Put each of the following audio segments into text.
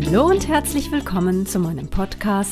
Hallo und herzlich willkommen zu meinem Podcast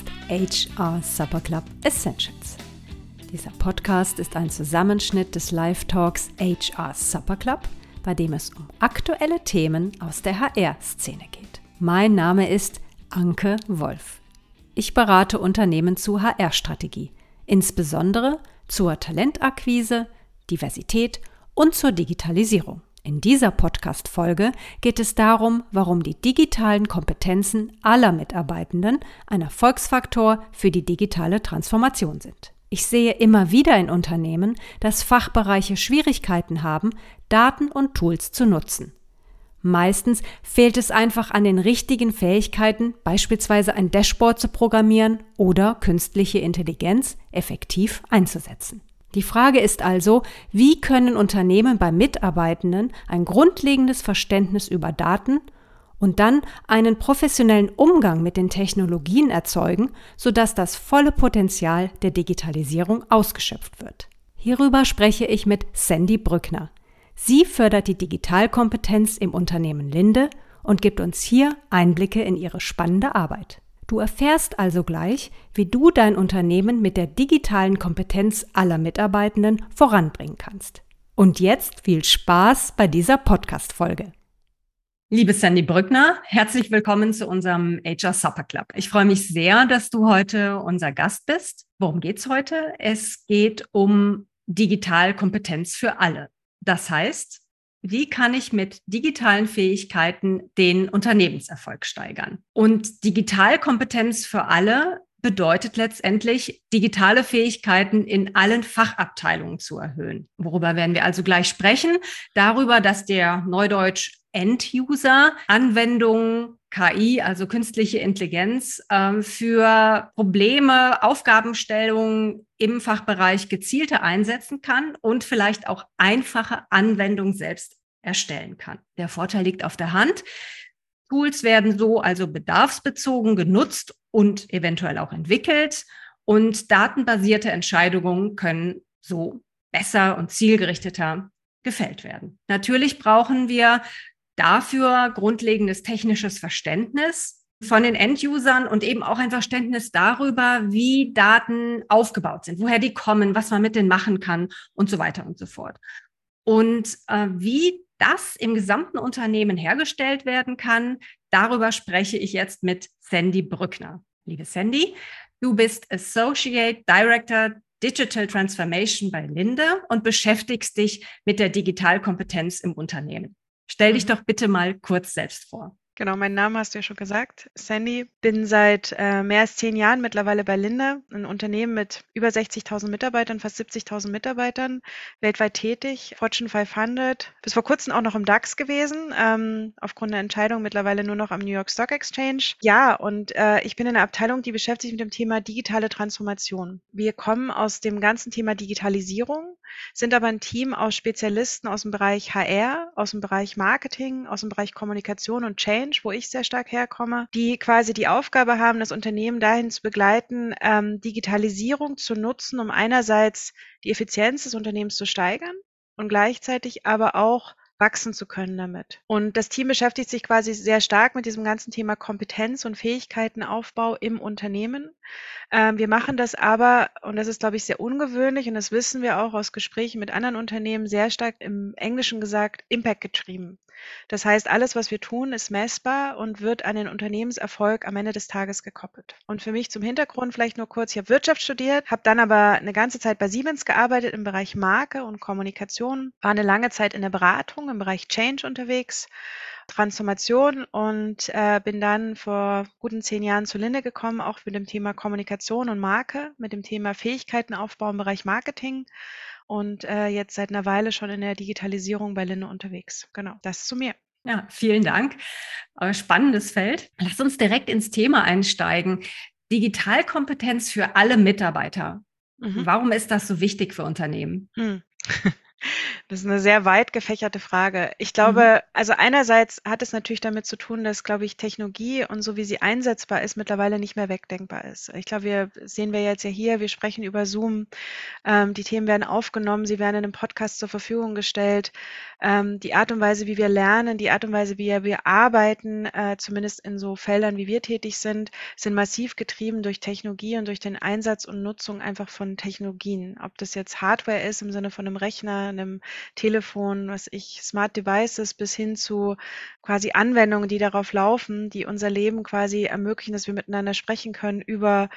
HR Supper Club Essentials. Dieser Podcast ist ein Zusammenschnitt des Live-Talks HR Supper Club, bei dem es um aktuelle Themen aus der HR-Szene geht. Mein Name ist Anke Wolf. Ich berate Unternehmen zu HR-Strategie, insbesondere zur Talentakquise, Diversität und zur Digitalisierung. In dieser Podcast-Folge geht es darum, warum die digitalen Kompetenzen aller Mitarbeitenden ein Erfolgsfaktor für die digitale Transformation sind. Ich sehe immer wieder in Unternehmen, dass Fachbereiche Schwierigkeiten haben, Daten und Tools zu nutzen. Meistens fehlt es einfach an den richtigen Fähigkeiten, beispielsweise ein Dashboard zu programmieren oder künstliche Intelligenz effektiv einzusetzen. Die Frage ist also, wie können Unternehmen bei Mitarbeitenden ein grundlegendes Verständnis über Daten und dann einen professionellen Umgang mit den Technologien erzeugen, sodass das volle Potenzial der Digitalisierung ausgeschöpft wird. Hierüber spreche ich mit Sandy Brückner. Sie fördert die Digitalkompetenz im Unternehmen Linde und gibt uns hier Einblicke in ihre spannende Arbeit. Du erfährst also gleich, wie du dein Unternehmen mit der digitalen Kompetenz aller Mitarbeitenden voranbringen kannst. Und jetzt viel Spaß bei dieser Podcast-Folge. Liebe Sandy Brückner, herzlich willkommen zu unserem HR Supper Club. Ich freue mich sehr, dass du heute unser Gast bist. Worum geht's heute? Es geht um Digitalkompetenz für alle. Das heißt, wie kann ich mit digitalen Fähigkeiten den Unternehmenserfolg steigern? Und Digitalkompetenz für alle bedeutet letztendlich, digitale Fähigkeiten in allen Fachabteilungen zu erhöhen. Worüber werden wir also gleich sprechen? Darüber, dass der Neudeutsch End-User Anwendungen, KI, also künstliche Intelligenz, für Probleme, Aufgabenstellungen im Fachbereich gezielter einsetzen kann und vielleicht auch einfache Anwendungen selbst erstellen kann. Der Vorteil liegt auf der Hand. Tools werden so also bedarfsbezogen genutzt und eventuell auch entwickelt und datenbasierte Entscheidungen können so besser und zielgerichteter gefällt werden. Natürlich brauchen wir dafür grundlegendes technisches Verständnis von den End-Usern und eben auch ein Verständnis darüber, wie Daten aufgebaut sind, woher die kommen, was man mit denen machen kann und so weiter und so fort. Und wie das im gesamten Unternehmen hergestellt werden kann, darüber spreche ich jetzt mit Sandy Brückner. Liebe Sandy, du bist Associate Director Digital Transformation bei Linde und beschäftigst dich mit der Digitalkompetenz im Unternehmen. Stell dich doch bitte mal kurz selbst vor. Genau, meinen Namen hast du ja schon gesagt. Sandy, bin seit mehr als 10 Jahren mittlerweile bei Linde, ein Unternehmen mit über 60.000 Mitarbeitern, fast 70.000 Mitarbeitern, weltweit tätig, Fortune 500, bis vor kurzem auch noch im DAX gewesen, aufgrund der Entscheidung mittlerweile nur noch am New York Stock Exchange. Ja, und ich bin in einer Abteilung, die beschäftigt sich mit dem Thema digitale Transformation. Wir kommen aus dem ganzen Thema Digitalisierung, sind aber ein Team aus Spezialisten aus dem Bereich HR, aus dem Bereich Marketing, aus dem Bereich Kommunikation und Change, wo ich sehr stark herkomme, die quasi die Aufgabe haben, das Unternehmen dahin zu begleiten, Digitalisierung zu nutzen, um einerseits die Effizienz des Unternehmens zu steigern und gleichzeitig aber auch wachsen zu können damit. Und das Team beschäftigt sich quasi sehr stark mit diesem ganzen Thema Kompetenz- und Fähigkeitenaufbau im Unternehmen. Wir machen das aber, und das ist, glaube ich, sehr ungewöhnlich, und das wissen wir auch aus Gesprächen mit anderen Unternehmen, sehr stark im Englischen gesagt, Impact getrieben. Das heißt, alles, was wir tun, ist messbar und wird an den Unternehmenserfolg am Ende des Tages gekoppelt. Und für mich zum Hintergrund vielleicht nur kurz, ich habe Wirtschaft studiert, habe dann aber eine ganze Zeit bei Siemens gearbeitet im Bereich Marke und Kommunikation, war eine lange Zeit in der Beratung im Bereich Change unterwegs, Transformation und bin dann vor guten 10 Jahren zu Linde gekommen, auch mit dem Thema Kommunikation und Marke, mit dem Thema Fähigkeitenaufbau im Bereich Marketing und jetzt seit einer Weile schon in der Digitalisierung bei Linde unterwegs. Genau, das zu mir. Ja, vielen Dank. Spannendes Feld. Lass uns direkt ins Thema einsteigen. Digitalkompetenz für alle Mitarbeiter. Warum ist das so wichtig für Unternehmen? Das ist eine sehr weit gefächerte Frage. Ich Mhm. glaube, also einerseits hat es natürlich damit zu tun, dass, glaube ich, Technologie und so wie sie einsetzbar ist, mittlerweile nicht mehr wegdenkbar ist. Ich glaube, sehen wir jetzt ja hier, wir sprechen über Zoom. Die Themen werden aufgenommen, sie werden in einem Podcast zur Verfügung gestellt. Die Art und Weise, wie wir lernen, die Art und Weise, wie wir arbeiten, zumindest in so Feldern, wie wir tätig sind massiv getrieben durch Technologie und durch den Einsatz und Nutzung einfach von Technologien. Ob das jetzt Hardware ist im Sinne von einem Rechner, einem Telefon, Smart Devices bis hin zu quasi Anwendungen, die darauf laufen, die unser Leben quasi ermöglichen, dass wir miteinander sprechen können über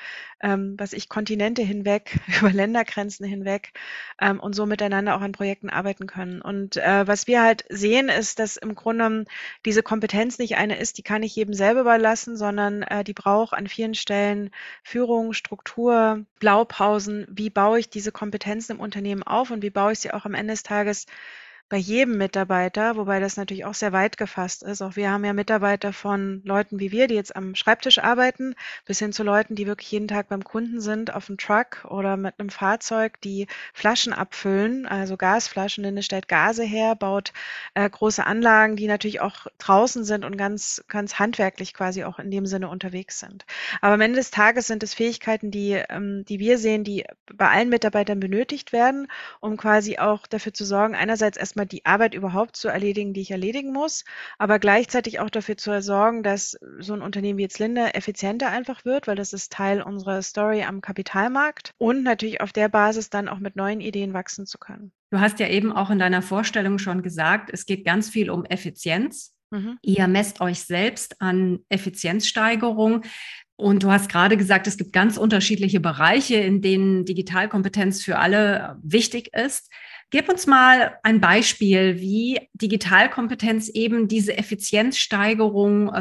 Kontinente hinweg, über Ländergrenzen hinweg und so miteinander auch an Projekten arbeiten können. Und was wir halt sehen, ist, dass im Grunde genommen diese Kompetenz nicht eine ist, die kann ich jedem selber überlassen, sondern die braucht an vielen Stellen Führung, Struktur, Blaupausen. Wie baue ich diese Kompetenzen im Unternehmen auf und wie baue ich sie auch am Ende des Tages bei jedem Mitarbeiter, wobei das natürlich auch sehr weit gefasst ist. Auch wir haben ja Mitarbeiter von Leuten wie wir, die jetzt am Schreibtisch arbeiten, bis hin zu Leuten, die wirklich jeden Tag beim Kunden sind, auf dem Truck oder mit einem Fahrzeug, die Flaschen abfüllen, also Gasflaschen, denn es stellt Gase her, baut große Anlagen, die natürlich auch draußen sind und ganz, ganz handwerklich quasi auch in dem Sinne unterwegs sind. Aber am Ende des Tages sind es Fähigkeiten, die wir sehen, die bei allen Mitarbeitern benötigt werden, um quasi auch dafür zu sorgen, einerseits erstmal die Arbeit überhaupt zu erledigen, die ich erledigen muss, aber gleichzeitig auch dafür zu sorgen, dass so ein Unternehmen wie jetzt Linde effizienter einfach wird, weil das ist Teil unserer Story am Kapitalmarkt und natürlich auf der Basis dann auch mit neuen Ideen wachsen zu können. Du hast ja eben auch in deiner Vorstellung schon gesagt, es geht ganz viel um Effizienz. Mhm. Ihr messt euch selbst an Effizienzsteigerung. Und du hast gerade gesagt, es gibt ganz unterschiedliche Bereiche, in denen Digitalkompetenz für alle wichtig ist. Gib uns mal ein Beispiel, wie Digitalkompetenz eben diese Effizienzsteigerung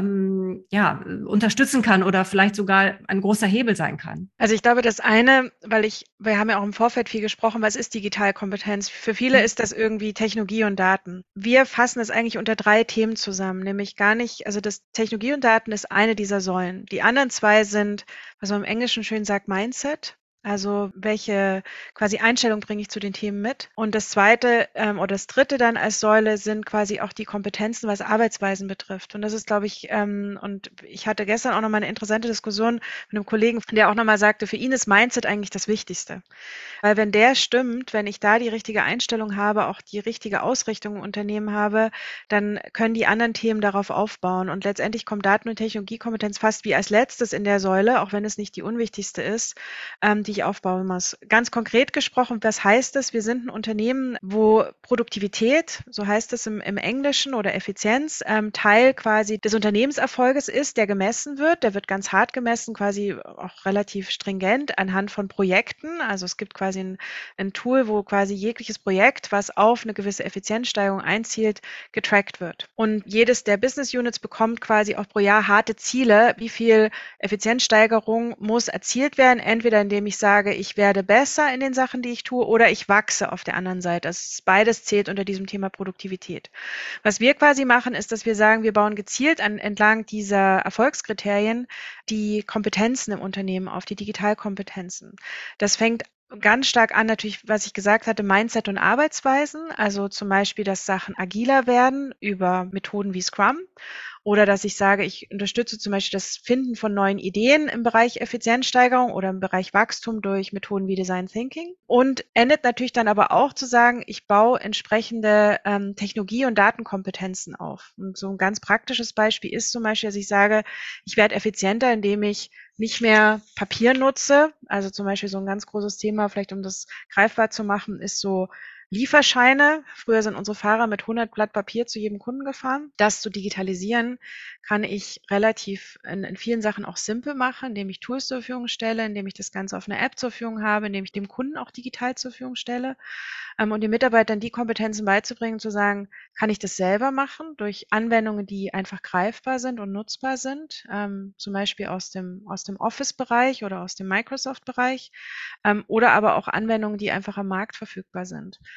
unterstützen kann oder vielleicht sogar ein großer Hebel sein kann. Also ich glaube, das eine, wir haben ja auch im Vorfeld viel gesprochen, was ist Digitalkompetenz? Für viele ist das irgendwie Technologie und Daten. Wir fassen es eigentlich unter 3 Themen zusammen, nämlich gar nicht, also das Technologie und Daten ist eine dieser Säulen. Die anderen 2 sind, was man im Englischen schön sagt, Mindset. Also welche quasi Einstellung bringe ich zu den Themen mit? Und das zweite oder das dritte dann als Säule sind quasi auch die Kompetenzen, was Arbeitsweisen betrifft. Und das ist, glaube ich, und ich hatte gestern auch noch mal eine interessante Diskussion mit einem Kollegen, der auch noch mal sagte, für ihn ist Mindset eigentlich das Wichtigste. Weil wenn der stimmt, wenn ich da die richtige Einstellung habe, auch die richtige Ausrichtung im Unternehmen habe, dann können die anderen Themen darauf aufbauen. Und letztendlich kommt Daten- und Technologiekompetenz fast wie als letztes in der Säule, auch wenn es nicht die unwichtigste ist, die ich aufbauen muss. Ganz konkret gesprochen, was heißt es? Wir sind ein Unternehmen, wo Produktivität, so heißt es im Englischen, oder Effizienz, Teil quasi des Unternehmenserfolges ist, der gemessen wird. Der wird ganz hart gemessen, quasi auch relativ stringent anhand von Projekten. Also es gibt quasi ein Tool, wo quasi jegliches Projekt, was auf eine gewisse Effizienzsteigerung einzielt, getrackt wird. Und jedes der Business Units bekommt quasi auch pro Jahr harte Ziele, wie viel Effizienzsteigerung muss erzielt werden, entweder indem ich sage, ich werde besser in den Sachen, die ich tue, oder ich wachse auf der anderen Seite. Also beides zählt unter diesem Thema Produktivität. Was wir quasi machen, ist, dass wir sagen, wir bauen gezielt entlang dieser Erfolgskriterien die Kompetenzen im Unternehmen auf, die Digitalkompetenzen. Das fängt ganz stark an, natürlich, was ich gesagt hatte, Mindset und Arbeitsweisen. Also zum Beispiel, dass Sachen agiler werden über Methoden wie Scrum. Oder dass ich sage, ich unterstütze zum Beispiel das Finden von neuen Ideen im Bereich Effizienzsteigerung oder im Bereich Wachstum durch Methoden wie Design Thinking. Und endet natürlich dann aber auch zu sagen, ich baue entsprechende Technologie- und Datenkompetenzen auf. Und so ein ganz praktisches Beispiel ist zum Beispiel, dass ich sage, ich werde effizienter, indem ich nicht mehr Papier nutze. Also zum Beispiel so ein ganz großes Thema, vielleicht um das greifbar zu machen, ist so Lieferscheine. Früher sind unsere Fahrer mit 100 Blatt Papier zu jedem Kunden gefahren. Das zu digitalisieren kann ich relativ in vielen Sachen auch simpel machen, indem ich Tools zur Verfügung stelle, indem ich das Ganze auf einer App zur Verfügung habe, indem ich dem Kunden auch digital zur Verfügung stelle und den Mitarbeitern die Kompetenzen beizubringen, zu sagen, kann ich das selber machen durch Anwendungen, die einfach greifbar sind und nutzbar sind, zum Beispiel aus dem Office-Bereich oder aus dem Microsoft-Bereich oder aber auch Anwendungen, die einfach am Markt verfügbar sind.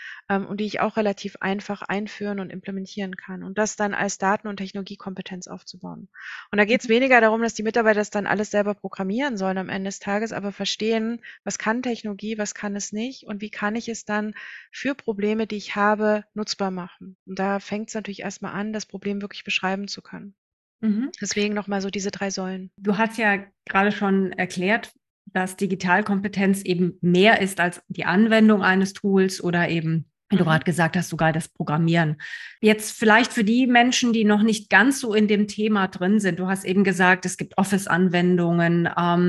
und die ich auch relativ einfach einführen und implementieren kann und das dann als Daten- und Technologiekompetenz aufzubauen. Und da geht es weniger darum, dass die Mitarbeiter das dann alles selber programmieren sollen am Ende des Tages, aber verstehen, was kann Technologie, was kann es nicht und wie kann ich es dann für Probleme, die ich habe, nutzbar machen. Und da fängt es natürlich erstmal an, das Problem wirklich beschreiben zu können. Mhm. Deswegen nochmal so diese 3 Säulen. Du hast ja gerade schon erklärt, dass Digitalkompetenz eben mehr ist als die Anwendung eines Tools oder eben, wie du gerade gesagt hast, sogar das Programmieren. Jetzt vielleicht für die Menschen, die noch nicht ganz so in dem Thema drin sind. Du hast eben gesagt, es gibt Office-Anwendungen.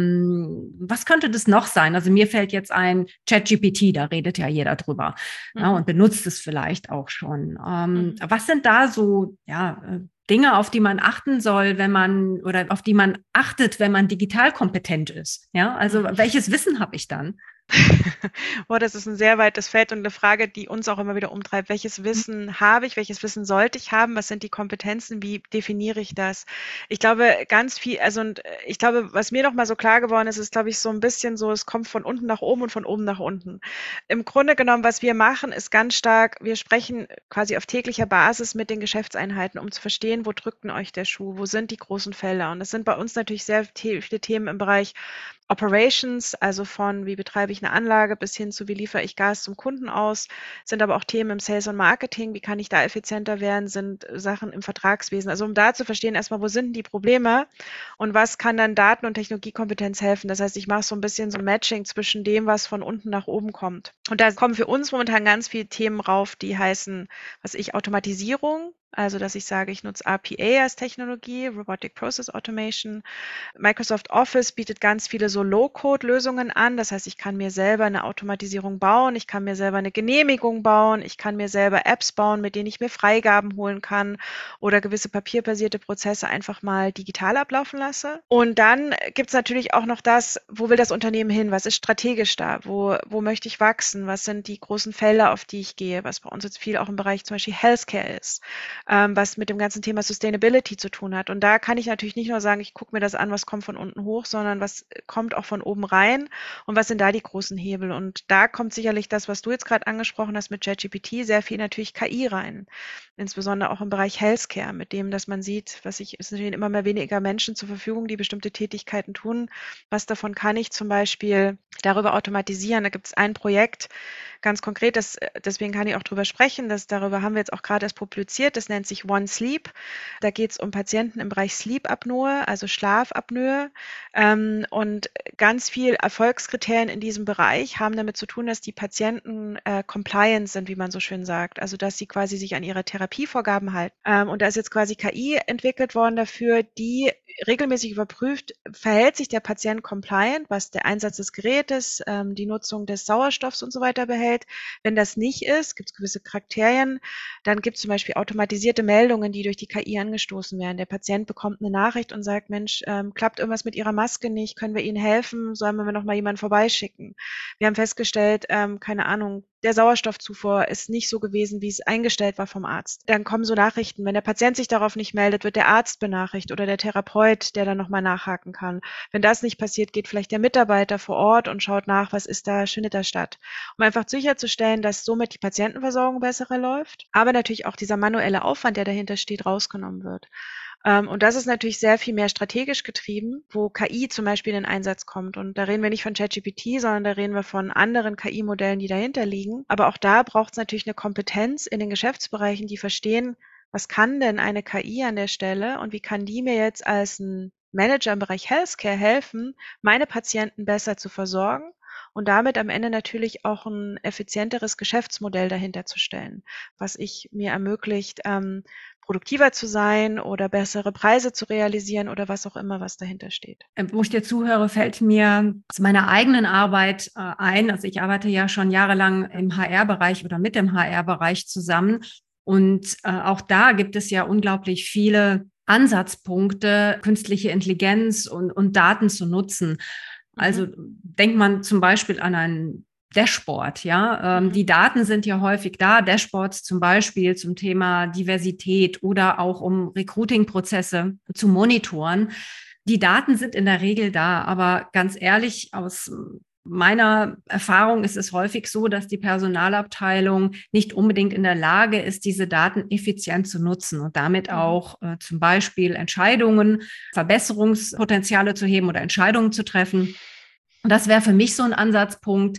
Was könnte das noch sein? Also mir fällt jetzt ein ChatGPT, da redet ja jeder drüber, ja, und benutzt es vielleicht auch schon. Was sind da so, Dinge, auf die man achten soll, wenn man oder auf die man achtet, wenn man digital kompetent ist? Ja, also welches Wissen habe ich dann? Boah, das ist ein sehr weites Feld und eine Frage, die uns auch immer wieder umtreibt. Welches Wissen habe ich? Welches Wissen sollte ich haben? Was sind die Kompetenzen? Wie definiere ich das? Ich glaube, ganz viel, ich glaube, was mir noch mal so klar geworden ist, ist, glaube ich, so ein bisschen so, es kommt von unten nach oben und von oben nach unten. Im Grunde genommen, was wir machen, ist ganz stark, wir sprechen quasi auf täglicher Basis mit den Geschäftseinheiten, um zu verstehen, wo drückt denn euch der Schuh? Wo sind die großen Felder? Und das sind bei uns natürlich sehr viele Themen im Bereich Operations, also von wie betreibe ich eine Anlage bis hin zu wie liefere ich Gas zum Kunden aus, sind aber auch Themen im Sales und Marketing, wie kann ich da effizienter werden, sind Sachen im Vertragswesen. Also um da zu verstehen, erstmal, wo sind die Probleme und was kann dann Daten- und Technologiekompetenz helfen. Das heißt, ich mache so ein bisschen so ein Matching zwischen dem, was von unten nach oben kommt. Und da kommen für uns momentan ganz viele Themen rauf, die heißen, Automatisierung, also dass ich sage, ich nutze RPA als Technologie, Robotic Process Automation. Microsoft Office bietet ganz viele so Low-Code-Lösungen an. Das heißt, ich kann mir selber eine Automatisierung bauen, ich kann mir selber eine Genehmigung bauen, ich kann mir selber Apps bauen, mit denen ich mir Freigaben holen kann oder gewisse papierbasierte Prozesse einfach mal digital ablaufen lasse. Und dann gibt es natürlich auch noch das, wo will das Unternehmen hin? Was ist strategisch da? Wo möchte ich wachsen? Was sind die großen Felder, auf die ich gehe? Was bei uns jetzt viel auch im Bereich zum Beispiel Healthcare ist, was mit dem ganzen Thema Sustainability zu tun hat. Und da kann ich natürlich nicht nur sagen, ich gucke mir das an, was kommt von unten hoch, sondern was kommt auch von oben rein und was sind da die großen Hebel. Und da kommt sicherlich das, was du jetzt gerade angesprochen hast mit ChatGPT, sehr viel natürlich KI rein. Insbesondere auch im Bereich Healthcare, mit dem, dass man sieht, es stehen immer mehr weniger Menschen zur Verfügung, die bestimmte Tätigkeiten tun. Was davon kann ich zum Beispiel darüber automatisieren? Da gibt es ein Projekt, ganz konkret, deswegen kann ich auch drüber sprechen, darüber haben wir jetzt auch gerade erst publiziert, das nennt sich One Sleep. Da geht es um Patienten im Bereich Sleep-Apnoe, also Schlafapnoe. Und ganz viel Erfolgskriterien in diesem Bereich haben damit zu tun, dass die Patienten compliant sind, wie man so schön sagt. Also dass sie quasi sich an ihre Therapievorgaben halten. Und da ist jetzt quasi KI entwickelt worden dafür, die regelmäßig überprüft, verhält sich der Patient compliant, was der Einsatz des Gerätes, die Nutzung des Sauerstoffs und so weiter behält. Wenn das nicht ist, gibt es gewisse Kriterien, dann gibt es zum Beispiel automatisierte Meldungen, die durch die KI angestoßen werden. Der Patient bekommt eine Nachricht und sagt, Mensch, klappt irgendwas mit Ihrer Maske nicht, können wir Ihnen helfen, sollen wir noch mal jemanden vorbeischicken? Wir haben festgestellt, keine Ahnung, der Sauerstoffzufuhr ist nicht so gewesen, wie es eingestellt war vom Arzt. Dann kommen so Nachrichten, wenn der Patient sich darauf nicht meldet, wird der Arzt benachrichtigt oder der Therapeut, der dann nochmal nachhaken kann. Wenn das nicht passiert, geht vielleicht der Mitarbeiter vor Ort und schaut nach, was ist da, findet da statt. Um einfach sicherzustellen, dass somit die Patientenversorgung besser läuft, aber natürlich auch dieser manuelle Aufwand, der dahinter steht, rausgenommen wird. Und das ist natürlich sehr viel mehr strategisch getrieben, wo KI zum Beispiel in den Einsatz kommt. Und da reden wir nicht von ChatGPT, sondern da reden wir von anderen KI-Modellen, die dahinter liegen. Aber auch da braucht es natürlich eine Kompetenz in den Geschäftsbereichen, die verstehen, was kann denn eine KI an der Stelle und wie kann die mir jetzt als ein Manager im Bereich Healthcare helfen, meine Patienten besser zu versorgen und damit am Ende natürlich auch ein effizienteres Geschäftsmodell dahinter zu stellen, was ich mir ermöglicht, produktiver zu sein oder bessere Preise zu realisieren oder was auch immer, was dahinter steht. Wo ich dir zuhöre, fällt mir aus meiner eigenen Arbeit ein. Also ich arbeite ja schon jahrelang im HR-Bereich oder mit dem HR-Bereich zusammen. Und auch da gibt es ja unglaublich viele Ansatzpunkte, künstliche Intelligenz und Daten zu nutzen. Also denkt man zum Beispiel an ein Dashboard, ja. Die Daten sind ja häufig da, Dashboards zum Beispiel zum Thema Diversität oder auch um Recruiting-Prozesse zu monitoren. Die Daten sind in der Regel da, aber ganz ehrlich, aus meiner Erfahrung ist es häufig so, dass die Personalabteilung nicht unbedingt in der Lage ist, diese Daten effizient zu nutzen und damit auch zum Beispiel Entscheidungen, Verbesserungspotenziale zu heben oder Entscheidungen zu treffen. Und das wäre für mich so ein Ansatzpunkt,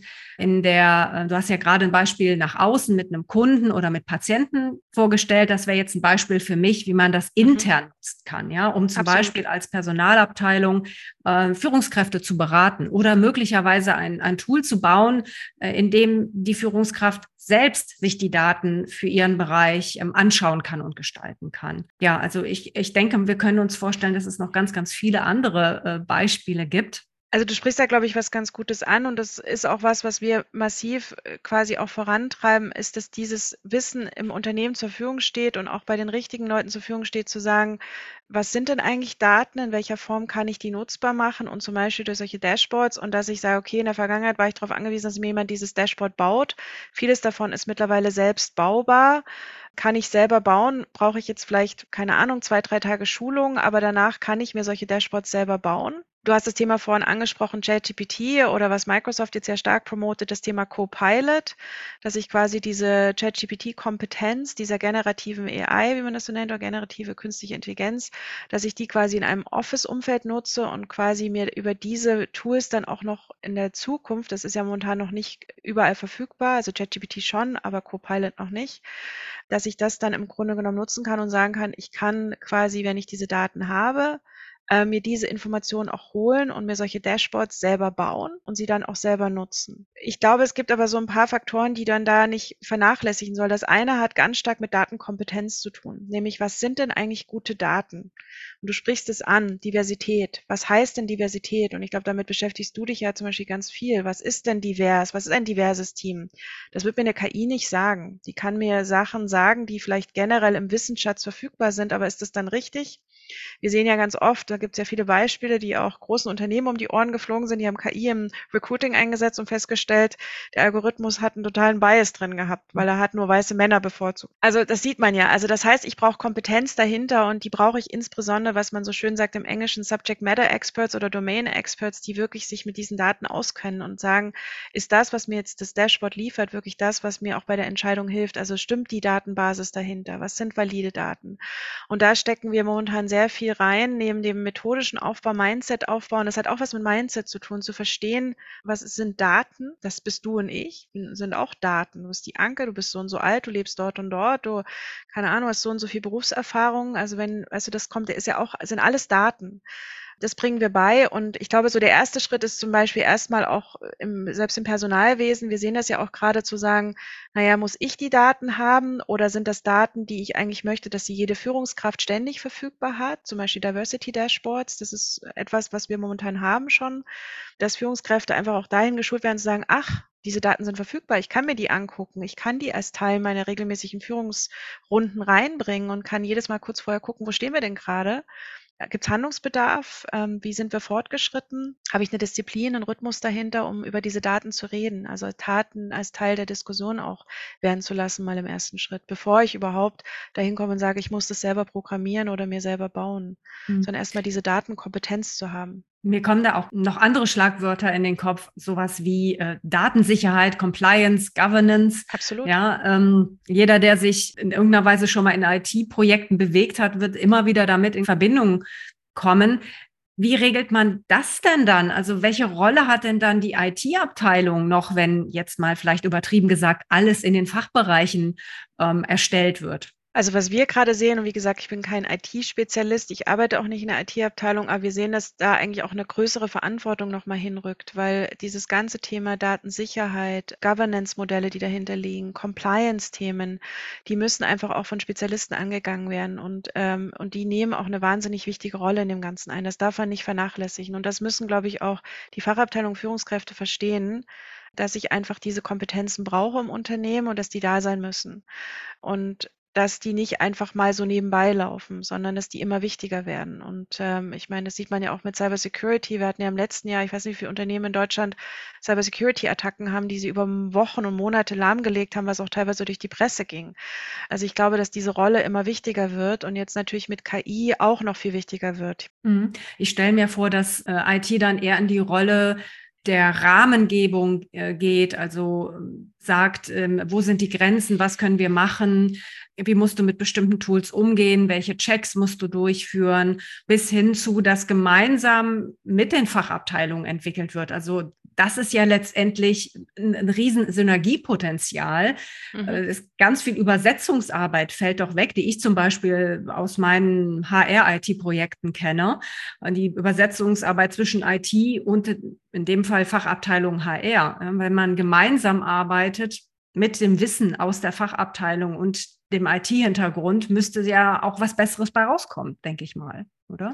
du hast ja gerade ein Beispiel nach außen mit einem Kunden oder mit Patienten vorgestellt. Das wäre jetzt ein Beispiel für mich, wie man das intern nutzen kann, ja, um zum Absolut. Beispiel als Personalabteilung Führungskräfte zu beraten oder möglicherweise ein Tool zu bauen, in dem die Führungskraft selbst sich die Daten für ihren Bereich anschauen kann und gestalten kann. Ja, also ich denke, wir können uns vorstellen, dass es noch ganz, ganz viele andere Beispiele gibt. Also du sprichst da, glaube ich, was ganz Gutes an und das ist auch was wir massiv quasi auch vorantreiben, ist, dass dieses Wissen im Unternehmen zur Verfügung steht und auch bei den richtigen Leuten zur Verfügung steht, zu sagen, was sind denn eigentlich Daten, in welcher Form kann ich die nutzbar machen und zum Beispiel durch solche Dashboards und dass ich sage, okay, in der Vergangenheit war ich darauf angewiesen, dass mir jemand dieses Dashboard baut. Vieles davon ist mittlerweile selbst baubar. Kann ich selber bauen, brauche ich jetzt vielleicht, keine Ahnung, 2, 3 Tage Schulung, aber danach kann ich mir solche Dashboards selber bauen. Du hast das Thema vorhin angesprochen, ChatGPT oder was Microsoft jetzt sehr stark promotet, das Thema Copilot, dass ich quasi diese ChatGPT-Kompetenz dieser generativen AI, wie man das so nennt, oder generative künstliche Intelligenz, dass ich die quasi in einem Office-Umfeld nutze und quasi mir über diese Tools dann auch noch in der Zukunft, das ist ja momentan noch nicht überall verfügbar, also ChatGPT schon, aber Copilot noch nicht, dass ich das dann im Grunde genommen nutzen kann und sagen kann, ich kann quasi, wenn ich diese Daten habe, mir diese Informationen auch holen und mir solche Dashboards selber bauen und sie dann auch selber nutzen. Ich glaube, es gibt aber so ein paar Faktoren, die dann da nicht vernachlässigen soll. Das eine hat ganz stark mit Datenkompetenz zu tun, nämlich was sind denn eigentlich gute Daten? Und du sprichst es an, Diversität. Was heißt denn Diversität? Und ich glaube, damit beschäftigst du dich ja zum Beispiel ganz viel. Was ist denn divers? Was ist ein diverses Team? Das wird mir eine KI nicht sagen. Die kann mir Sachen sagen, die vielleicht generell im Wissensschatz verfügbar sind, aber ist das dann richtig? Wir sehen ja ganz oft, da gibt es ja viele Beispiele, die auch großen Unternehmen um die Ohren geflogen sind, die haben KI im Recruiting eingesetzt und festgestellt, der Algorithmus hat einen totalen Bias drin gehabt, weil er hat nur weiße Männer bevorzugt. Also das sieht man ja. Also das heißt, ich brauche Kompetenz dahinter und die brauche ich insbesondere, was man so schön sagt im Englischen, Subject Matter Experts oder Domain Experts, die wirklich sich mit diesen Daten auskennen und sagen, ist das, was mir jetzt das Dashboard liefert, wirklich das, was mir auch bei der Entscheidung hilft? Also stimmt die Datenbasis dahinter? Was sind valide Daten? Und da stecken wir momentan sehr viel rein, neben dem methodischen Aufbau, Mindset-Aufbau. Und das hat auch was mit Mindset zu tun, zu verstehen, was sind Daten? Das bist du und ich, sind auch Daten. Du bist die Anke, du bist so und so alt, du lebst dort und dort, du, keine Ahnung, hast so und so viel Berufserfahrung. Also wenn, also das kommt, ist ja auch, sind alles Daten. Das bringen wir bei und ich glaube, so der erste Schritt ist zum Beispiel erstmal auch selbst im Personalwesen, wir sehen das ja auch gerade zu sagen, naja, muss ich die Daten haben oder sind das Daten, die ich eigentlich möchte, dass sie jede Führungskraft ständig verfügbar hat, zum Beispiel Diversity Dashboards, das ist etwas, was wir momentan haben schon, dass Führungskräfte einfach auch dahin geschult werden zu sagen, ach, diese Daten sind verfügbar, ich kann mir die angucken, ich kann die als Teil meiner regelmäßigen Führungsrunden reinbringen und kann jedes Mal kurz vorher gucken, wo stehen wir denn gerade? Gibt es Handlungsbedarf? Wie sind wir fortgeschritten? Habe ich eine Disziplin, einen Rhythmus dahinter, um über diese Daten zu reden? Also Daten als Teil der Diskussion auch werden zu lassen, mal im ersten Schritt, bevor ich überhaupt dahin komme und sage, ich muss das selber programmieren oder mir selber bauen, sondern erstmal diese Datenkompetenz zu haben. Mir kommen da auch noch andere Schlagwörter in den Kopf, sowas wie Datensicherheit, Compliance, Governance. Absolut. Ja, jeder, der sich in irgendeiner Weise schon mal in IT-Projekten bewegt hat, wird immer wieder damit in Verbindung kommen. Wie regelt man das denn dann? Also welche Rolle hat denn dann die IT-Abteilung noch, wenn jetzt mal vielleicht übertrieben gesagt alles in den Fachbereichen erstellt wird? Also was wir gerade sehen, und wie gesagt, ich bin kein IT-Spezialist, ich arbeite auch nicht in der IT-Abteilung, aber wir sehen, dass da eigentlich auch eine größere Verantwortung nochmal hinrückt, weil dieses ganze Thema Datensicherheit, Governance-Modelle, die dahinter liegen, Compliance-Themen, die müssen einfach auch von Spezialisten angegangen werden und die nehmen auch eine wahnsinnig wichtige Rolle in dem Ganzen ein. Das darf man nicht vernachlässigen. Und das müssen, glaube ich, auch die Fachabteilung Führungskräfte verstehen, dass ich einfach diese Kompetenzen brauche im Unternehmen und dass die da sein müssen. Und dass die nicht einfach mal so nebenbei laufen, sondern dass die immer wichtiger werden. Und ich meine, das sieht man ja auch mit Cybersecurity. Wir hatten ja im letzten Jahr, ich weiß nicht, wie viele Unternehmen in Deutschland Cybersecurity-Attacken haben, die sie über Wochen und Monate lahmgelegt haben, was auch teilweise durch die Presse ging. Also ich glaube, dass diese Rolle immer wichtiger wird und jetzt natürlich mit KI auch noch viel wichtiger wird. Ich stelle mir vor, dass IT dann eher in die Rolle der Rahmengebung geht, also sagt, wo sind die Grenzen, was können wir machen, wie musst du mit bestimmten Tools umgehen, welche Checks musst du durchführen, bis hin zu, dass gemeinsam mit den Fachabteilungen entwickelt wird. Also das ist ja letztendlich ein riesen Synergiepotenzial. Ganz viel Übersetzungsarbeit fällt doch weg, die ich zum Beispiel aus meinen HR-IT-Projekten kenne. Die Übersetzungsarbeit zwischen IT und in dem Fall Fachabteilung HR. Wenn man gemeinsam arbeitet mit dem Wissen aus der Fachabteilung und dem IT-Hintergrund, müsste ja auch was Besseres bei rauskommen, denke ich mal, oder?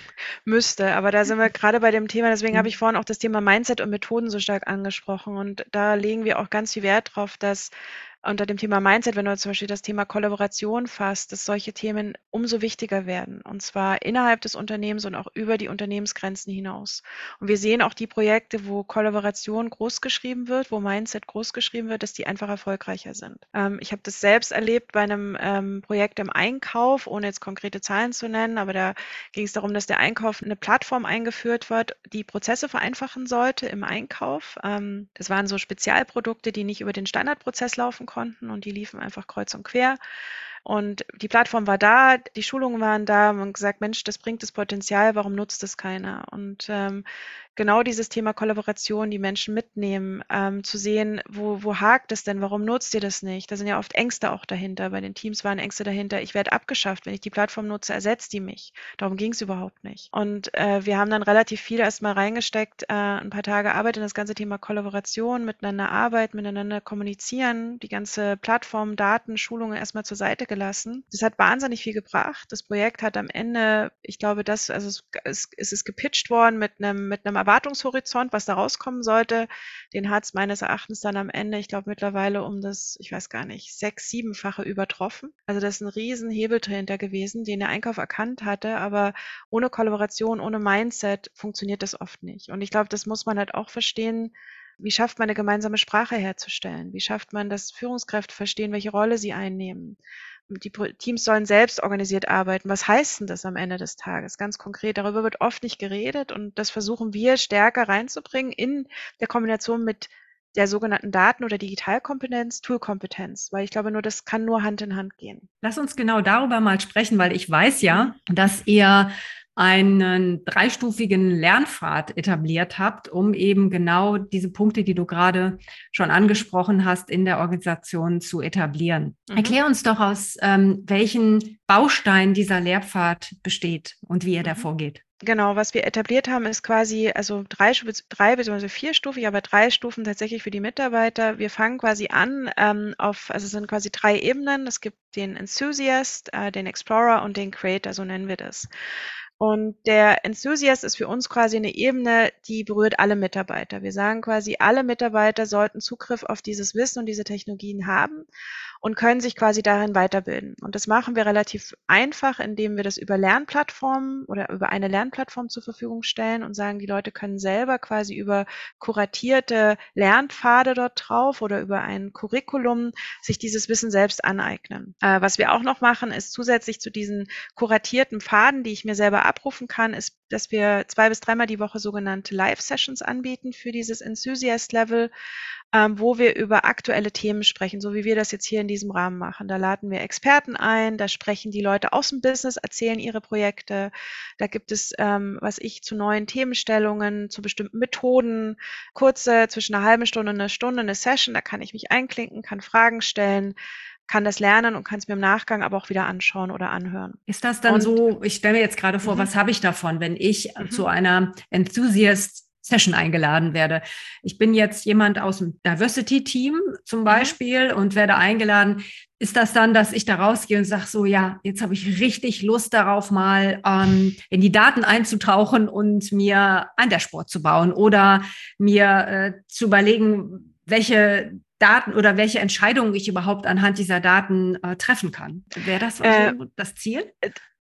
Müsste, aber da sind wir gerade bei dem Thema, deswegen habe ich vorhin auch das Thema Mindset und Methoden so stark angesprochen. Und da legen wir auch ganz viel Wert drauf, dass unter dem Thema Mindset, wenn du zum Beispiel das Thema Kollaboration fasst, dass solche Themen umso wichtiger werden. Und zwar innerhalb des Unternehmens und auch über die Unternehmensgrenzen hinaus. Und wir sehen auch die Projekte, wo Kollaboration großgeschrieben wird, wo Mindset großgeschrieben wird, dass die einfach erfolgreicher sind. Ich habe das selbst erlebt bei einem Projekt im Einkauf, ohne jetzt konkrete Zahlen zu nennen, aber da ging es darum, dass der Einkauf eine Plattform eingeführt wird, die Prozesse vereinfachen sollte im Einkauf. Das waren so Spezialprodukte, die nicht über den Standardprozess laufen konnten und die liefen einfach kreuz und quer. Und die Plattform war da, die Schulungen waren da, man hat gesagt, Mensch, das bringt das Potenzial, warum nutzt das keiner? Und genau dieses Thema Kollaboration, die Menschen mitnehmen, zu sehen, wo hakt es denn, warum nutzt ihr das nicht? Da sind ja oft Ängste auch dahinter, bei den Teams waren Ängste dahinter, ich werde abgeschafft, wenn ich die Plattform nutze, ersetzt die mich. Darum ging es überhaupt nicht. Und wir haben dann relativ viel erstmal reingesteckt, ein paar Tage Arbeit in das ganze Thema Kollaboration, miteinander arbeiten, miteinander kommunizieren, die ganze Plattform, Daten, Schulungen erstmal zur Seite gelassen. Das hat wahnsinnig viel gebracht. Das Projekt hat am Ende, ich glaube, es ist gepitcht worden mit einem Erwartungshorizont, was da rauskommen sollte. Den hat es meines Erachtens dann am Ende, ich glaube mittlerweile um das, ich weiß gar nicht, 6-, 7-fache übertroffen. Also das ist ein riesen Hebel dahinter gewesen, den der Einkauf erkannt hatte, aber ohne Kollaboration, ohne Mindset funktioniert das oft nicht. Und ich glaube, das muss man halt auch verstehen. Wie schafft man eine gemeinsame Sprache herzustellen? Wie schafft man, dass Führungskräfte verstehen, welche Rolle sie einnehmen? Die Teams sollen selbst organisiert arbeiten. Was heißt denn das am Ende des Tages? Ganz konkret, darüber wird oft nicht geredet und das versuchen wir stärker reinzubringen in der Kombination mit der sogenannten Daten- oder Digitalkompetenz, Toolkompetenz, weil ich glaube, das kann nur Hand in Hand gehen. Lass uns genau darüber mal sprechen, weil ich weiß ja, dass ihr einen 3-stufigen Lernpfad etabliert habt, um eben genau diese Punkte, die du gerade schon angesprochen hast, in der Organisation zu etablieren. Erklär uns doch, aus welchen Bausteinen dieser Lehrpfad besteht und wie ihr da vorgeht. Genau, was wir etabliert haben, ist quasi, also 3 bzw. 4-stufig, aber 3 Stufen tatsächlich für die Mitarbeiter. Wir fangen quasi an also es sind quasi 3 Ebenen. Es gibt den Enthusiast, den Explorer und den Creator, so nennen wir das. Und der Enthusiast ist für uns quasi eine Ebene, die berührt alle Mitarbeiter. Wir sagen quasi, alle Mitarbeiter sollten Zugriff auf dieses Wissen und diese Technologien haben und können sich quasi darin weiterbilden. Und das machen wir relativ einfach, indem wir das über Lernplattformen oder über eine Lernplattform zur Verfügung stellen und sagen, die Leute können selber quasi über kuratierte Lernpfade dort drauf oder über ein Curriculum sich dieses Wissen selbst aneignen. Was wir auch noch machen, ist zusätzlich zu diesen kuratierten Pfaden, die ich mir selber abrufen kann, ist, dass wir 2- bis 3-mal die Woche sogenannte Live-Sessions anbieten für dieses Enthusiast-Level, wo wir über aktuelle Themen sprechen, so wie wir das jetzt hier in diesem Rahmen machen. Da laden wir Experten ein, da sprechen die Leute aus dem Business, erzählen ihre Projekte. Da gibt es, zu neuen Themenstellungen, zu bestimmten Methoden, kurze, zwischen einer halben Stunde und einer Stunde, eine Session, da kann ich mich einklinken, kann Fragen stellen, kann das lernen und kann es mir im Nachgang aber auch wieder anschauen oder anhören. Ist das dann so, ich stelle mir jetzt gerade vor, was habe ich davon, wenn ich zu einer Enthusiast-Session eingeladen werde? Ich bin jetzt jemand aus dem Diversity-Team zum Beispiel und werde eingeladen. Ist das dann, dass ich da rausgehe und sage so, ja, jetzt habe ich richtig Lust darauf, mal in die Daten einzutauchen und mir ein Dashboard zu bauen oder mir zu überlegen, welche Daten oder welche Entscheidungen ich überhaupt anhand dieser Daten treffen kann. Wäre das also das Ziel?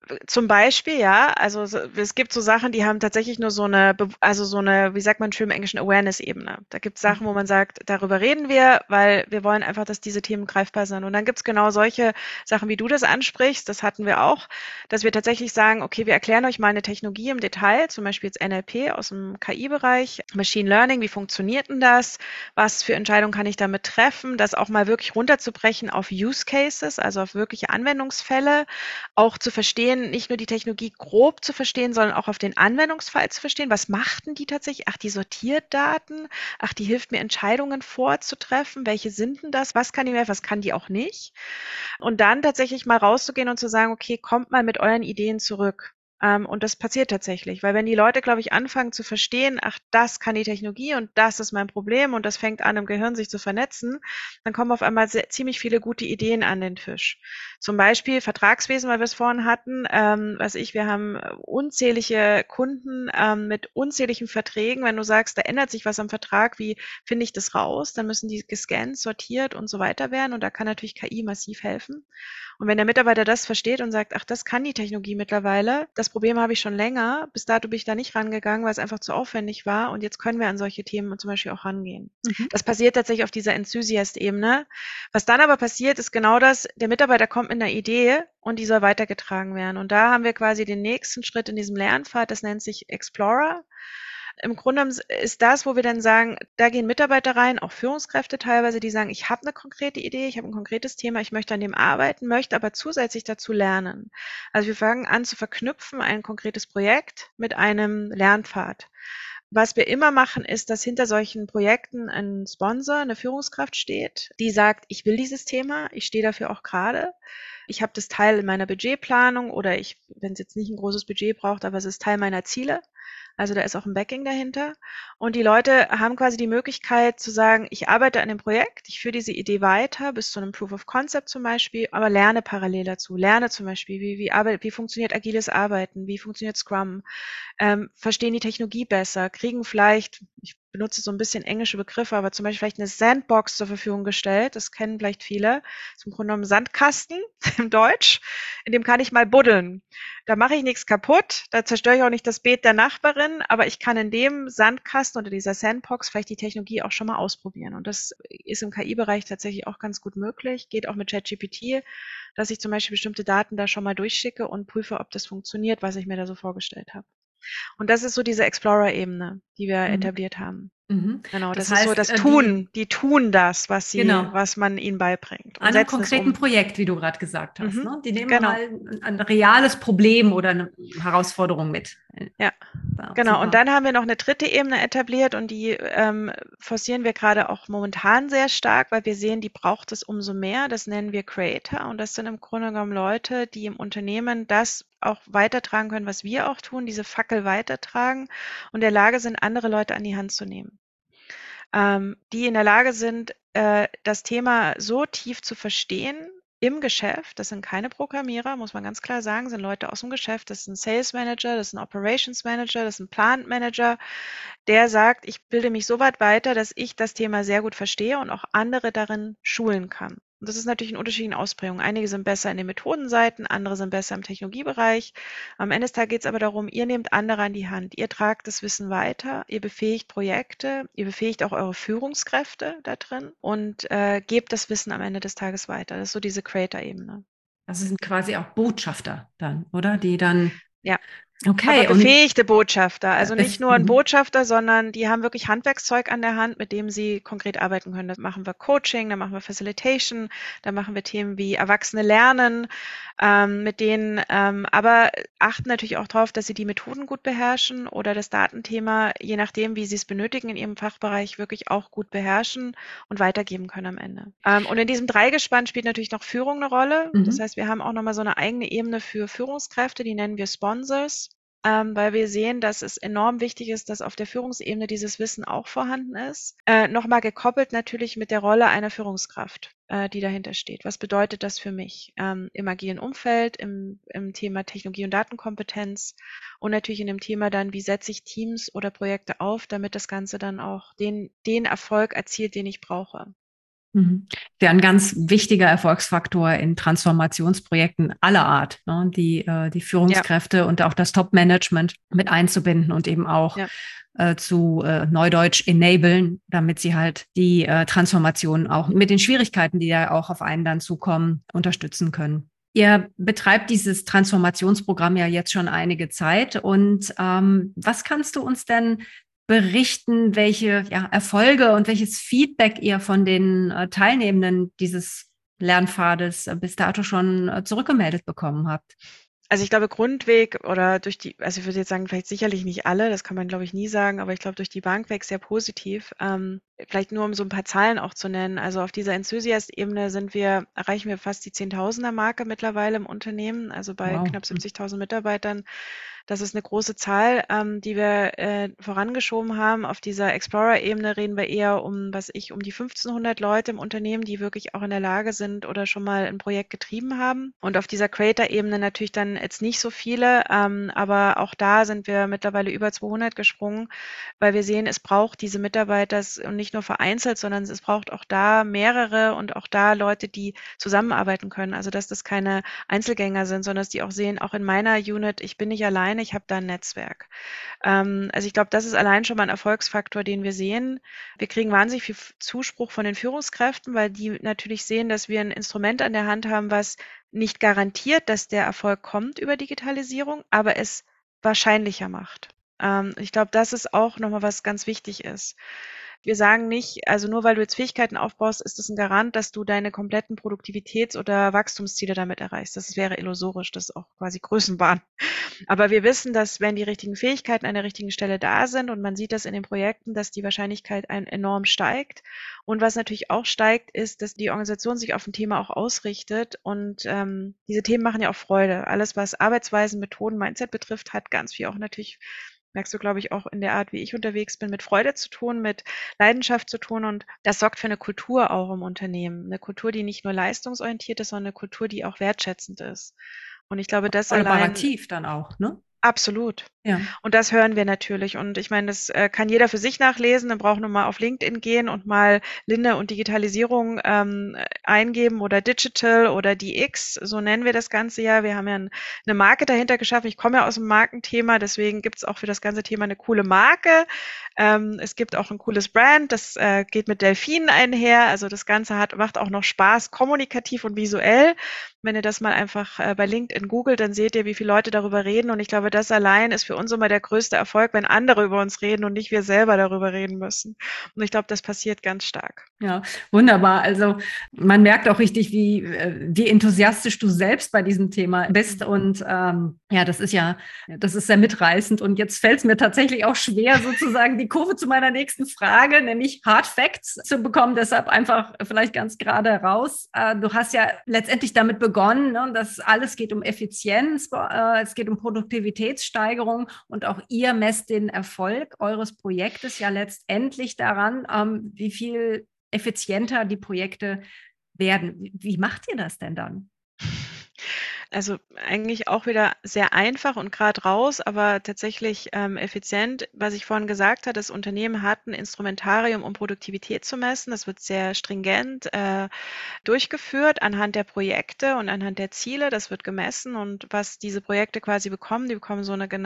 Zum Beispiel, ja, also es gibt so Sachen, die haben tatsächlich nur so eine, also so eine, wie sagt man schön im Englischen, Awareness-Ebene. Da gibt es Sachen, wo man sagt, darüber reden wir, weil wir wollen einfach, dass diese Themen greifbar sind. Und dann gibt es genau solche Sachen, wie du das ansprichst, das hatten wir auch, dass wir tatsächlich sagen, okay, wir erklären euch mal eine Technologie im Detail, zum Beispiel jetzt NLP aus dem KI-Bereich, Machine Learning, wie funktioniert denn das? Was für Entscheidungen kann ich damit treffen? Das auch mal wirklich runterzubrechen auf Use Cases, also auf wirkliche Anwendungsfälle, auch zu verstehen, nicht nur die Technologie grob zu verstehen, sondern auch auf den Anwendungsfall zu verstehen. Was macht denn die tatsächlich? Ach, die sortiert Daten. Ach, die hilft mir, Entscheidungen vorzutreffen. Welche sind denn das? Was kann die mehr? Was kann die auch nicht? Und dann tatsächlich mal rauszugehen und zu sagen, okay, kommt mal mit euren Ideen zurück. Und das passiert tatsächlich, weil wenn die Leute, glaube ich, anfangen zu verstehen, ach, das kann die Technologie und das ist mein Problem und das fängt an, im Gehirn sich zu vernetzen, dann kommen auf einmal ziemlich viele gute Ideen an den Tisch. Zum Beispiel Vertragswesen, weil wir es vorhin hatten, wir haben unzählige Kunden mit unzähligen Verträgen. Wenn du sagst, da ändert sich was am Vertrag, wie finde ich das raus? Dann müssen die gescannt, sortiert und so weiter werden und da kann natürlich KI massiv helfen. Und wenn der Mitarbeiter das versteht und sagt, ach, das kann die Technologie mittlerweile, das Problem habe ich schon länger, bis dato bin ich da nicht rangegangen, weil es einfach zu aufwendig war und jetzt können wir an solche Themen zum Beispiel auch rangehen. Mhm. Das passiert tatsächlich auf dieser Enthusiast-Ebene. Was dann aber passiert, ist genau das, der Mitarbeiter kommt mit einer Idee und die soll weitergetragen werden. Und da haben wir quasi den nächsten Schritt in diesem Lernpfad, das nennt sich Explorer. Im Grunde ist das, wo wir dann sagen, da gehen Mitarbeiter rein, auch Führungskräfte teilweise, die sagen, ich habe eine konkrete Idee, ich habe ein konkretes Thema, ich möchte an dem arbeiten, möchte aber zusätzlich dazu lernen. Also wir fangen an zu verknüpfen ein konkretes Projekt mit einem Lernpfad. Was wir immer machen, ist, dass hinter solchen Projekten ein Sponsor, eine Führungskraft steht, die sagt, ich will dieses Thema, ich stehe dafür auch gerade. Ich habe das Teil in meiner Budgetplanung oder wenn es jetzt nicht ein großes Budget braucht, aber es ist Teil meiner Ziele. Also da ist auch ein Backing dahinter. Und die Leute haben quasi die Möglichkeit zu sagen, ich arbeite an dem Projekt, ich führe diese Idee weiter bis zu einem Proof of Concept zum Beispiel, aber lerne parallel dazu. Lerne zum Beispiel, wie funktioniert agiles Arbeiten, wie funktioniert Scrum, verstehen die Technologie besser, kriegen vielleicht, ich benutze so ein bisschen englische Begriffe, aber zum Beispiel vielleicht eine Sandbox zur Verfügung gestellt. Das kennen vielleicht viele. Das ist im Grunde genommen Sandkasten im Deutsch. In dem kann ich mal buddeln. Da mache ich nichts kaputt, da zerstöre ich auch nicht das Beet der Nachbarin, aber ich kann in dem Sandkasten oder dieser Sandbox vielleicht die Technologie auch schon mal ausprobieren. Und das ist im KI-Bereich tatsächlich auch ganz gut möglich. Geht auch mit ChatGPT, dass ich zum Beispiel bestimmte Daten da schon mal durchschicke und prüfe, ob das funktioniert, was ich mir da so vorgestellt habe. Und das ist so diese Explorer-Ebene, die wir Mhm. etabliert haben. Mhm. Genau, Das das ist so heißt, das Tun. Die tun das, genau, was man ihnen beibringt und an einem setzen es konkreten um. Projekt, wie du gerade gesagt hast. Mhm, Ne? Die nehmen genau, mal ein reales Problem oder eine Herausforderung mit. ja. Ja, Genau, und super. dann haben wir noch eine dritte Ebene etabliert und die forcieren wir gerade auch momentan sehr stark, weil wir sehen, die braucht es umso mehr. Das nennen wir Creator und das sind im Grunde genommen Leute, die im Unternehmen das auch weitertragen können, was wir auch tun, diese Fackel weitertragen und in der Lage sind, andere Leute an die Hand zu nehmen. Die in der Lage sind, das Thema so tief zu verstehen im Geschäft. Das sind keine Programmierer, muss man ganz klar sagen, sind Leute aus dem Geschäft. Das ist ein Sales Manager, das ist ein Operations Manager, das ist ein Plant Manager, der sagt, ich bilde mich so weit weiter, dass ich das Thema sehr gut verstehe und auch andere darin schulen kann. Und das ist natürlich in unterschiedlichen Ausprägungen. Einige sind besser in den Methodenseiten, andere sind besser im Technologiebereich. Am Ende des Tages geht es aber darum, ihr nehmt andere an die Hand, ihr tragt das Wissen weiter, ihr befähigt Projekte, ihr befähigt auch eure Führungskräfte da drin und gebt das Wissen am Ende des Tages weiter. Das ist so diese Creator-Ebene. Das sind quasi auch Botschafter dann, oder? Die dann, Ja. Aber okay, und befähigte Botschafter, also nicht nur ein mhm. Botschafter, sondern die haben wirklich Handwerkszeug an der Hand, mit dem sie konkret arbeiten können. Da machen wir Coaching, da machen wir Facilitation, da machen wir Themen wie Erwachsene lernen, mit denen aber achten natürlich auch darauf, dass sie die Methoden gut beherrschen oder das Datenthema, je nachdem, wie sie es benötigen, in ihrem Fachbereich wirklich auch gut beherrschen und weitergeben können am Ende. Und in diesem Dreigespann spielt natürlich noch Führung eine Rolle. Das Mhm. heißt, wir haben auch nochmal so eine eigene Ebene für Führungskräfte, die nennen wir Sponsors, weil wir sehen, dass es enorm wichtig ist, dass auf der Führungsebene dieses Wissen auch vorhanden ist. Nochmal gekoppelt natürlich mit der Rolle einer Führungskraft, die dahinter steht. Was bedeutet das für mich im agilen Umfeld, im Thema Technologie- und Datenkompetenz und natürlich in dem Thema dann, wie setze ich Teams oder Projekte auf, damit das Ganze dann auch den Erfolg erzielt, den ich brauche. Mhm. Ja, ein ganz wichtiger Erfolgsfaktor in Transformationsprojekten aller Art, ne? Die Ja, Führungskräfte und auch das Top-Management mit einzubinden und eben auch ja. zu Neudeutsch enablen, damit sie halt die Transformation auch mit den Schwierigkeiten, die ja auch auf einen dann zukommen, unterstützen können. Ihr betreibt dieses Transformationsprogramm ja jetzt schon einige Zeit. Und was kannst du uns denn berichten, welche Erfolge und welches Feedback ihr von den Teilnehmenden dieses Lernpfades bis dato schon zurückgemeldet bekommen habt? Also, ich glaube, Grundweg oder also, ich würde jetzt sagen, vielleicht sicherlich nicht alle, das kann man, glaube ich, nie sagen, aber ich glaube, durch die Bank weg sehr positiv. Vielleicht nur, um so ein paar Zahlen auch zu nennen. Also, auf dieser Enthusiast-Ebene erreichen wir fast die Zehntausender-Marke mittlerweile im Unternehmen, also bei Wow. knapp 70.000 Mitarbeitern. Das ist eine große Zahl, die wir, vorangeschoben haben. Auf dieser Explorer-Ebene reden wir eher um die 1.500 Leute im Unternehmen, die wirklich auch in der Lage sind oder schon mal ein Projekt getrieben haben. Und auf dieser Creator-Ebene natürlich dann jetzt nicht so viele, aber auch da sind wir mittlerweile über 200 gesprungen, weil wir sehen, es braucht diese Mitarbeiter und nicht nur vereinzelt, sondern es braucht auch da mehrere und auch da Leute, die zusammenarbeiten können. Also, dass das keine Einzelgänger sind, sondern dass die auch sehen, auch in meiner Unit, ich bin nicht alleine, ich habe da ein Netzwerk. Also ich glaube, das ist allein schon mal ein Erfolgsfaktor, den wir sehen. Wir kriegen wahnsinnig viel Zuspruch von den Führungskräften, weil die natürlich sehen, dass wir ein Instrument an der Hand haben, was nicht garantiert, dass der Erfolg kommt über Digitalisierung, aber es wahrscheinlicher macht. Ich glaube, das ist auch nochmal was ganz wichtig ist. Wir sagen nicht, also nur weil du jetzt Fähigkeiten aufbaust, ist das ein Garant, dass du deine kompletten Produktivitäts- oder Wachstumsziele damit erreichst. Das wäre illusorisch, das ist auch quasi Größenwahn. Aber wir wissen, dass wenn die richtigen Fähigkeiten an der richtigen Stelle da sind und man sieht das in den Projekten, dass die Wahrscheinlichkeit enorm steigt. Und was natürlich auch steigt, ist, dass die Organisation sich auf ein Thema auch ausrichtet. Und diese Themen machen ja auch Freude. Alles, was Arbeitsweisen, Methoden, Mindset betrifft, hat ganz viel auch natürlich, merkst du, glaube ich, auch in der Art, wie ich unterwegs bin, mit Freude zu tun, mit Leidenschaft zu tun. Und das sorgt für eine Kultur auch im Unternehmen. Eine Kultur, die nicht nur leistungsorientiert ist, sondern eine Kultur, die auch wertschätzend ist. Und ich glaube, das allein Kollaborativ dann auch, ne? absolut. Ja. Und das hören wir natürlich. Und ich meine, das kann jeder für sich nachlesen. Dann braucht nur mal auf LinkedIn gehen und mal Linde und Digitalisierung eingeben oder Digital oder DX, so nennen wir das Ganze ja. Wir haben ja eine Marke dahinter geschaffen. Ich komme ja aus dem Markenthema, deswegen gibt es auch für das ganze Thema eine coole Marke. Es gibt auch ein cooles Brand, das geht mit Delfinen einher. Also das Ganze macht auch noch Spaß, kommunikativ und visuell. Wenn ihr das mal einfach bei LinkedIn googelt, dann seht ihr, wie viele Leute darüber reden. Und ich glaube, das allein ist für uns immer der größte Erfolg, wenn andere über uns reden und nicht wir selber darüber reden müssen. Und ich glaube, das passiert ganz stark. Ja, wunderbar. Also man merkt auch richtig, wie enthusiastisch du selbst bei diesem Thema bist. Mhm. Und ja, das ist sehr mitreißend. Und jetzt fällt es mir tatsächlich auch schwer, sozusagen die Kurve zu meiner nächsten Frage, nämlich Hard Facts zu bekommen. Deshalb einfach vielleicht ganz gerade raus. Du hast ja letztendlich damit begonnen, ne, dass alles geht um Effizienz, es geht um Produktivitätssteigerung und auch ihr messt den Erfolg eures Projektes ja letztendlich daran, wie viel effizienter die Projekte werden. Wie macht ihr das denn dann? Also eigentlich auch wieder sehr einfach und gerade raus, aber tatsächlich effizient. Was ich vorhin gesagt habe, das Unternehmen hat ein Instrumentarium, um Produktivität zu messen. Das wird sehr stringent durchgeführt anhand der Projekte und anhand der Ziele. Das wird gemessen und was diese Projekte quasi bekommen, die bekommen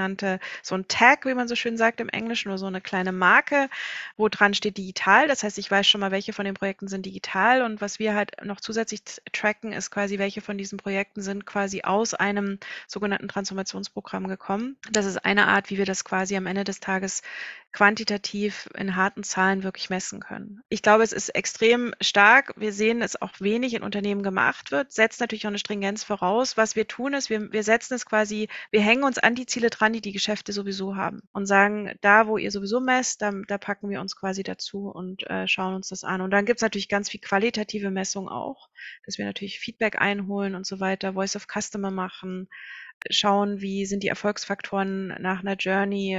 so ein Tag, wie man so schön sagt im Englischen, oder so eine kleine Marke, wo dran steht digital. Das heißt, ich weiß schon mal, welche von den Projekten sind digital und was wir halt noch zusätzlich tracken, ist quasi, welche von diesen Projekten sind quasi aus einem sogenannten Transformationsprogramm gekommen. Das ist eine Art, wie wir das quasi am Ende des Tages quantitativ in harten Zahlen wirklich messen können. Ich glaube, es ist extrem stark. Wir sehen, dass auch wenig in Unternehmen gemacht wird, setzt natürlich auch eine Stringenz voraus. Was wir tun, ist, wir setzen es quasi, wir hängen uns an die Ziele dran, die die Geschäfte sowieso haben und sagen, da, wo ihr sowieso messt, da packen wir uns quasi dazu und schauen uns das an. Und dann gibt es natürlich ganz viel qualitative Messung auch, dass wir natürlich Feedback einholen und so weiter, Voice of Customer machen, schauen, wie sind die Erfolgsfaktoren nach einer Journey,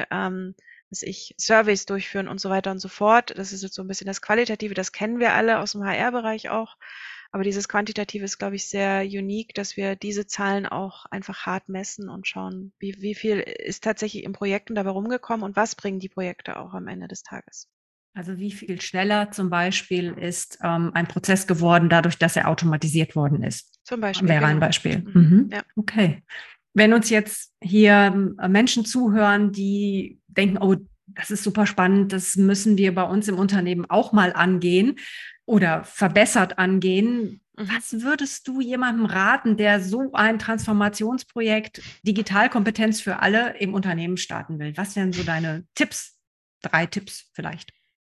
Surveys durchführen und so weiter und so fort. Das ist jetzt so ein bisschen das Qualitative, das kennen wir alle aus dem HR-Bereich auch. Aber dieses Quantitative ist, glaube ich, sehr unique, dass wir diese Zahlen auch einfach hart messen und schauen, wie viel ist tatsächlich in Projekten dabei rumgekommen und was bringen die Projekte auch am Ende des Tages. Also wie viel schneller zum Beispiel ist ein Prozess geworden, dadurch, dass er automatisiert worden ist? Zum Beispiel. Wäre genau. ein Beispiel. Ja. Okay. Wenn uns jetzt hier Menschen zuhören, die denken, oh, das ist super spannend, das müssen wir bei uns im Unternehmen auch mal angehen oder verbessert angehen. Was würdest du jemandem raten, der so ein Transformationsprojekt Digitalkompetenz für alle im Unternehmen starten will? Was wären so deine Tipps? 3 Tipps vielleicht.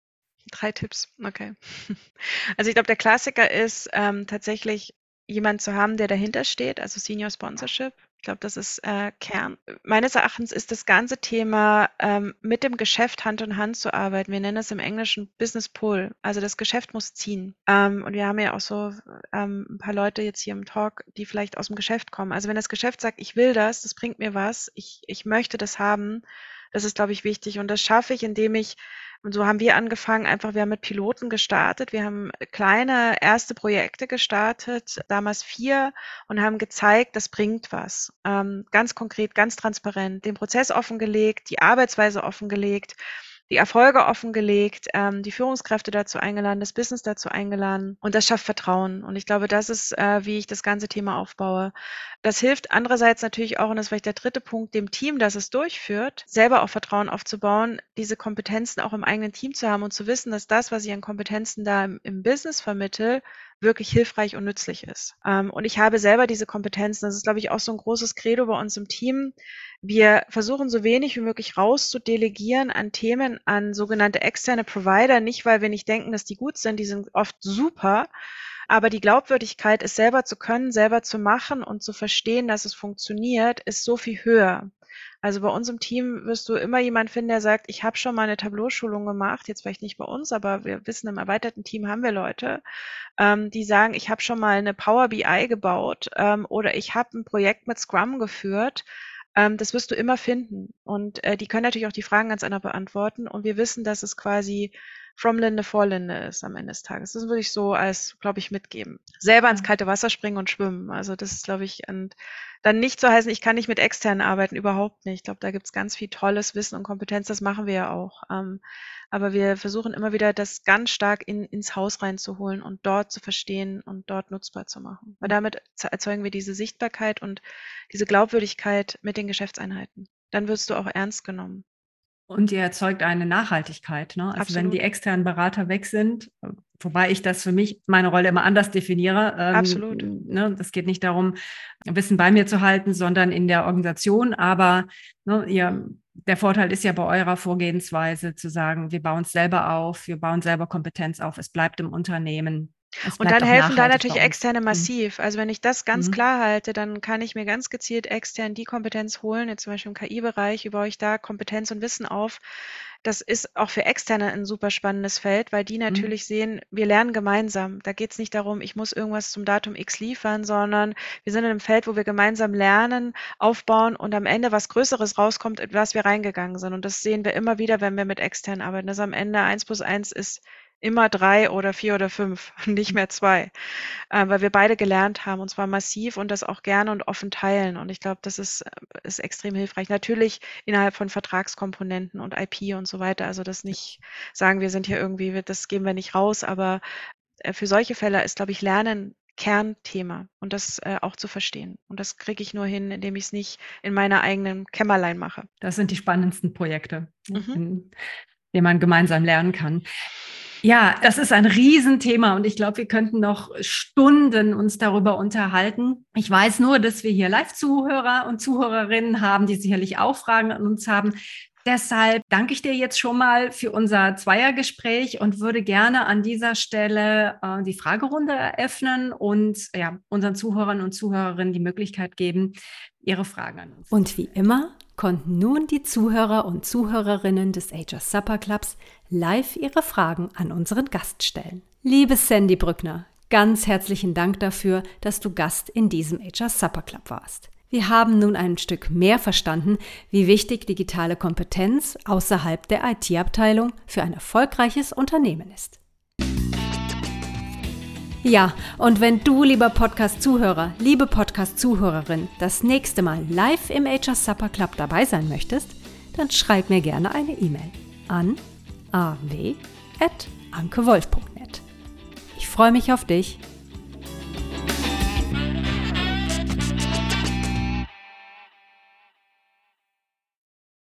3 Tipps, okay. Also ich glaube, der Klassiker ist tatsächlich jemand zu haben, der dahinter steht, also Senior Sponsorship. Ich glaube, das ist Kern. Meines Erachtens ist das ganze Thema mit dem Geschäft Hand in Hand zu arbeiten. Wir nennen es im Englischen Business Pull. Also das Geschäft muss ziehen. Und wir haben ja auch so ein paar Leute jetzt hier im Talk, die vielleicht aus dem Geschäft kommen. Also wenn das Geschäft sagt, ich will das bringt mir was, ich möchte das haben, das ist, glaube ich, wichtig. Und das schaffe ich, indem ich und so haben wir angefangen, wir haben mit Piloten gestartet. Wir haben kleine erste Projekte gestartet, damals 4, und haben gezeigt, das bringt was. Ganz konkret, ganz transparent, den Prozess offengelegt, die Arbeitsweise offengelegt, die Erfolge offengelegt, die Führungskräfte dazu eingeladen, das Business dazu eingeladen, und das schafft Vertrauen. Und ich glaube, das ist, wie ich das ganze Thema aufbaue. Das hilft andererseits natürlich auch, und das ist vielleicht der 3. Punkt, dem Team, das es durchführt, selber auch Vertrauen aufzubauen, diese Kompetenzen auch im eigenen Team zu haben und zu wissen, dass das, was ich an Kompetenzen da im Business vermittle, wirklich hilfreich und nützlich ist. Und ich habe selber diese Kompetenzen. Das ist, glaube ich, auch so ein großes Credo bei uns im Team. Wir versuchen so wenig wie möglich rauszudelegieren an Themen an sogenannte externe Provider, nicht weil wir nicht denken, dass die gut sind, die sind oft super, aber die Glaubwürdigkeit, es selber zu können, selber zu machen und zu verstehen, dass es funktioniert, ist so viel höher. Also bei uns im Team wirst du immer jemand finden, der sagt, ich habe schon mal eine Tableau-Schulung gemacht, jetzt vielleicht nicht bei uns, aber wir wissen, im erweiterten Team haben wir Leute, die sagen, ich habe schon mal eine Power BI gebaut oder ich habe ein Projekt mit Scrum geführt. Das wirst du immer finden. Und die können natürlich auch die Fragen ganz anders beantworten. Und wir wissen, dass es quasi from Linde for Linde ist am Ende des Tages. Das würde ich so als, glaube ich, mitgeben. Selber ins kalte Wasser springen und schwimmen. Also das ist, glaube ich, und dann nicht zu heißen, ich kann nicht mit externen arbeiten, überhaupt nicht. Ich glaube, da gibt es ganz viel tolles Wissen und Kompetenz, das machen wir ja auch. Aber wir versuchen immer wieder, das ganz stark ins Haus reinzuholen und dort zu verstehen und dort nutzbar zu machen. Weil damit erzeugen wir diese Sichtbarkeit und diese Glaubwürdigkeit mit den Geschäftseinheiten. Dann wirst du auch ernst genommen. Und ihr erzeugt eine Nachhaltigkeit. Ne? Also Absolut. wenn die externen Berater weg sind, wobei ich das für mich, meine Rolle immer anders definiere. Absolut. Ne, das geht nicht darum, Wissen bei mir zu halten, sondern in der Organisation. Aber ne, der Vorteil ist ja bei eurer Vorgehensweise zu sagen, wir bauen es selber auf, wir bauen selber Kompetenz auf, es bleibt im Unternehmen. Und dann helfen da natürlich Externe massiv. Also wenn ich das ganz klar halte, dann kann ich mir ganz gezielt extern die Kompetenz holen, jetzt zum Beispiel im KI-Bereich, wie baue ich da Kompetenz und Wissen auf. Das ist auch für Externe ein super spannendes Feld, weil die natürlich sehen, wir lernen gemeinsam. Da geht es nicht darum, ich muss irgendwas zum Datum X liefern, sondern wir sind in einem Feld, wo wir gemeinsam lernen, aufbauen und am Ende was Größeres rauskommt, in was wir reingegangen sind. Und das sehen wir immer wieder, wenn wir mit Externen arbeiten. Das am Ende 1 + 1 ist immer 3 oder 4 oder 5, nicht mehr 2, weil wir beide gelernt haben, und zwar massiv, und das auch gerne und offen teilen. Und ich glaube, das ist extrem hilfreich. Natürlich innerhalb von Vertragskomponenten und IP und so weiter. Also das nicht sagen, wir sind hier irgendwie, das geben wir nicht raus, aber für solche Fälle ist, glaube ich, Lernen Kernthema und das auch zu verstehen. Und das kriege ich nur hin, indem ich es nicht in meiner eigenen Kämmerlein mache. Das sind die spannendsten Projekte, in denen man gemeinsam lernen kann. Ja, das ist ein Riesenthema und ich glaube, wir könnten noch Stunden uns darüber unterhalten. Ich weiß nur, dass wir hier Live-Zuhörer und Zuhörerinnen haben, die sicherlich auch Fragen an uns haben. Deshalb danke ich dir jetzt schon mal für unser Zweiergespräch und würde gerne an dieser Stelle die Fragerunde eröffnen und unseren Zuhörern und Zuhörerinnen die Möglichkeit geben, ihre Fragen an uns. Und wie immer konnten nun die Zuhörer und Zuhörerinnen des HR Supper Clubs live ihre Fragen an unseren Gast stellen. Liebe Sandy Brückner, ganz herzlichen Dank dafür, dass du Gast in diesem HR Supper Club warst. Wir haben nun ein Stück mehr verstanden, wie wichtig digitale Kompetenz außerhalb der IT-Abteilung für ein erfolgreiches Unternehmen ist. Ja, und wenn du, lieber Podcast-Zuhörer, liebe Podcast-Zuhörerin, das nächste Mal live im HR Supper Club dabei sein möchtest, dann schreib mir gerne eine E-Mail an aw@hrsupperclub.de. @ankewolf.net. Ich freue mich auf dich.